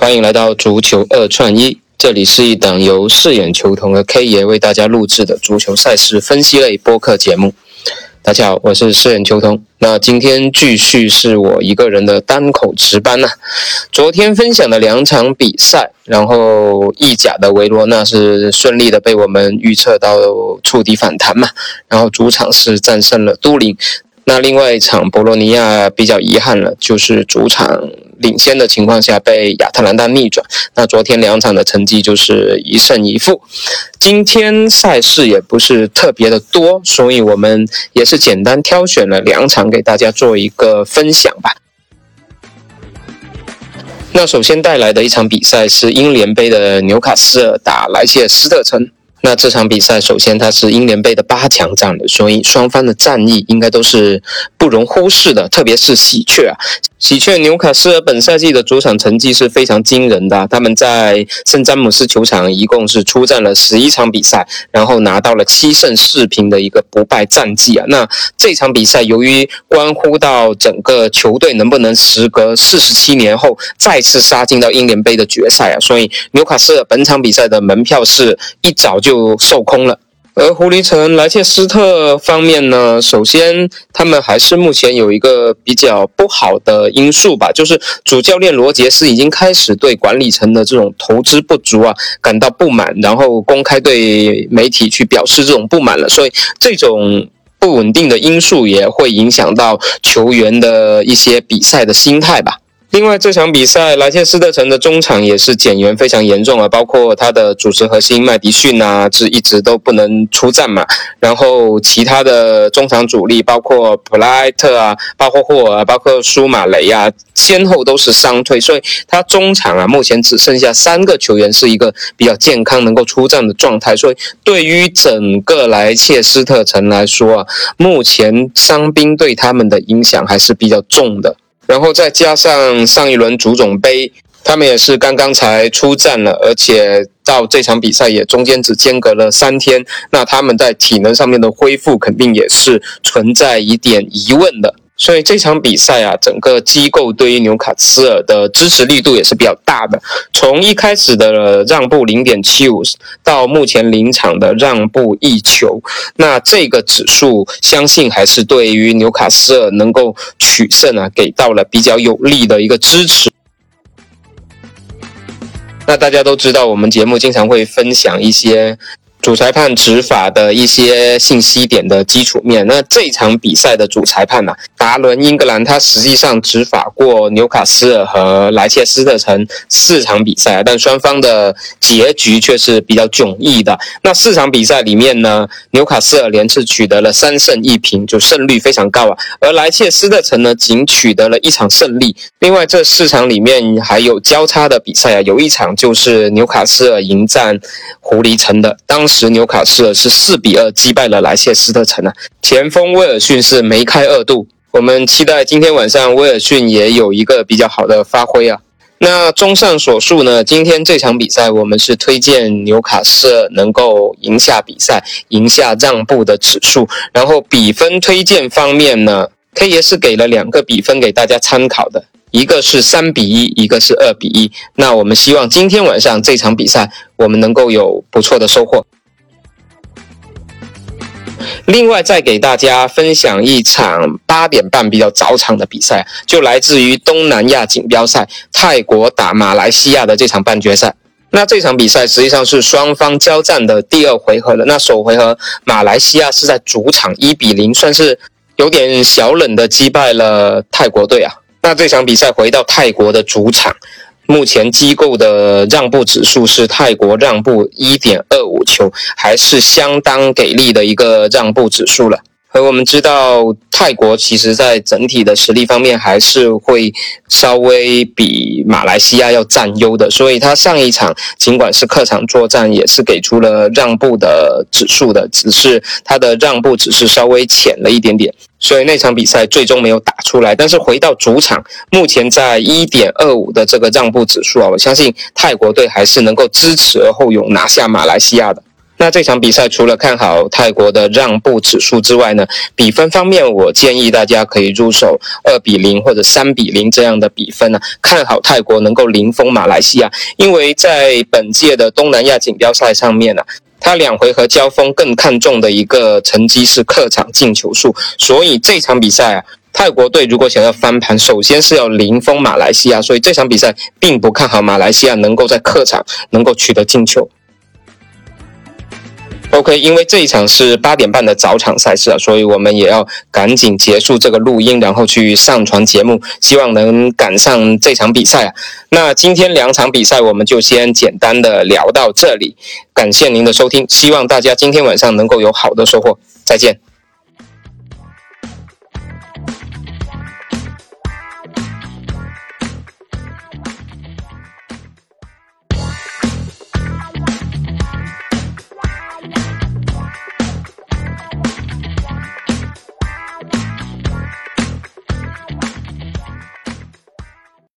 欢迎来到足球二串一，这里是一档由饰演球童的 K 爷为大家录制的足球赛事分析类播客节目。大家好，我是饰演球童。那今天继续是我一个人的单口值班啊。昨天分享的2场比赛，然后意甲的维罗纳是顺利的被我们预测到触底反弹嘛，然后主场是战胜了都灵。那另外一场博洛尼亚比较遗憾了，就是主场领先的情况下被亚特兰大逆转。那昨天2场的成绩就是1胜1负。今天赛事也不是特别的多，所以我们也是简单挑选了2场给大家做一个分享吧。那首先带来的一场比赛是英联杯的纽卡斯尔打莱切斯特城。那这场比赛首先它是英联杯的8强战了，所以双方的战役应该都是不容忽视的，特别是喜鹊纽卡斯尔本赛季的主场成绩是非常惊人的，他们在圣詹姆斯球场一共是出战了11场比赛，然后拿到了7胜4平的一个不败战绩啊。那这场比赛由于关乎到整个球队能不能时隔47年后再次杀进到英联杯的决赛啊，所以纽卡斯尔本场比赛的门票是一早就售空了。而狐狸城莱切斯特方面呢，首先他们还是目前有一个比较不好的因素吧，就是主教练罗杰斯已经开始对管理层的这种投资不足啊感到不满，然后公开对媒体去表示这种不满了，所以这种不稳定的因素也会影响到球员的一些比赛的心态吧。另外这场比赛莱切斯特城的中场也是减员非常严重啊，包括他的主持核心麦迪逊啊是一直都不能出战嘛，然后其他的中场主力包括普莱特啊，包括霍尔，包括舒马雷啊，先后都是伤退，所以他中场啊目前只剩下3个球员是一个比较健康能够出战的状态，所以对于整个莱切斯特城来说啊，目前伤兵对他们的影响还是比较重的。然后再加上上一轮足总杯他们也是刚刚才出战了，而且到这场比赛也中间只间隔了3天，那他们在体能上面的恢复肯定也是存在一点疑问的。所以这场比赛啊，整个机构对于纽卡斯尔的支持力度也是比较大的，从一开始的让步 0.75 到目前0场的让步1球，那这个指数相信还是对于纽卡斯尔能够取胜啊给到了比较有力的一个支持。那大家都知道我们节目经常会分享一些主裁判执法的一些信息点的基础面，那这场比赛的主裁判啊，达伦英格兰他实际上执法过纽卡斯尔和莱切斯特城4场比赛，但双方的结局却是比较迥异的。那4场比赛里面呢，纽卡斯尔连次取得了3胜1平，就胜率非常高啊，而莱切斯特城呢仅取得了1场胜利。另外这4场里面还有交叉的比赛啊，有一场就是纽卡斯尔迎战狐狸城的，当时纽卡斯尔是4-2击败了莱切斯特城啊，前锋威尔逊是梅开2度。我们期待今天晚上威尔逊也有一个比较好的发挥啊。那综上所述呢，今天这场比赛我们是推荐纽卡斯尔能够赢下比赛，赢下让步的指数。然后比分推荐方面呢，K 爷是给了2个比分给大家参考的，一个是3-1，一个是2-1。那我们希望今天晚上这场比赛我们能够有不错的收获。另外再给大家分享一场8点半比较早场的比赛，就来自于东南亚锦标赛泰国打马来西亚的这场半决赛。那这场比赛实际上是双方交战的第2回合了，那首回合马来西亚是在主场1-0，算是有点小冷的击败了泰国队啊。那这场比赛回到泰国的主场，目前机构的让步指数是泰国让步 1.25 球，还是相当给力的一个让步指数了。而我们知道泰国其实在整体的实力方面还是会稍微比马来西亚要占优的，所以他上一场尽管是客场作战也是给出了让步的指数的，只是他的让步只是稍微浅了一点点，所以那场比赛最终没有打出来。但是回到主场，目前在 1.25 的这个让步指数啊，我相信泰国队还是能够知耻而后勇拿下马来西亚的。 那这场比赛除了看好泰国的让步指数之外呢，比分方面我建议大家可以入手2-0或者3-0这样的比分呢，看好泰国能够零封马来西亚。因为在本届的东南亚锦标赛上面呢，他2回合交锋更看重的一个成绩是客场进球数，所以这场比赛泰国队如果想要翻盘，首先是要零封马来西亚，所以这场比赛并不看好马来西亚能够在客场能够取得进球。OK， 因为这一场是8点半的早场赛事所以我们也要赶紧结束这个录音，然后去上传节目，希望能赶上这场比赛那今天2场比赛我们就先简单的聊到这里，感谢您的收听，希望大家今天晚上能够有好的收获，再见。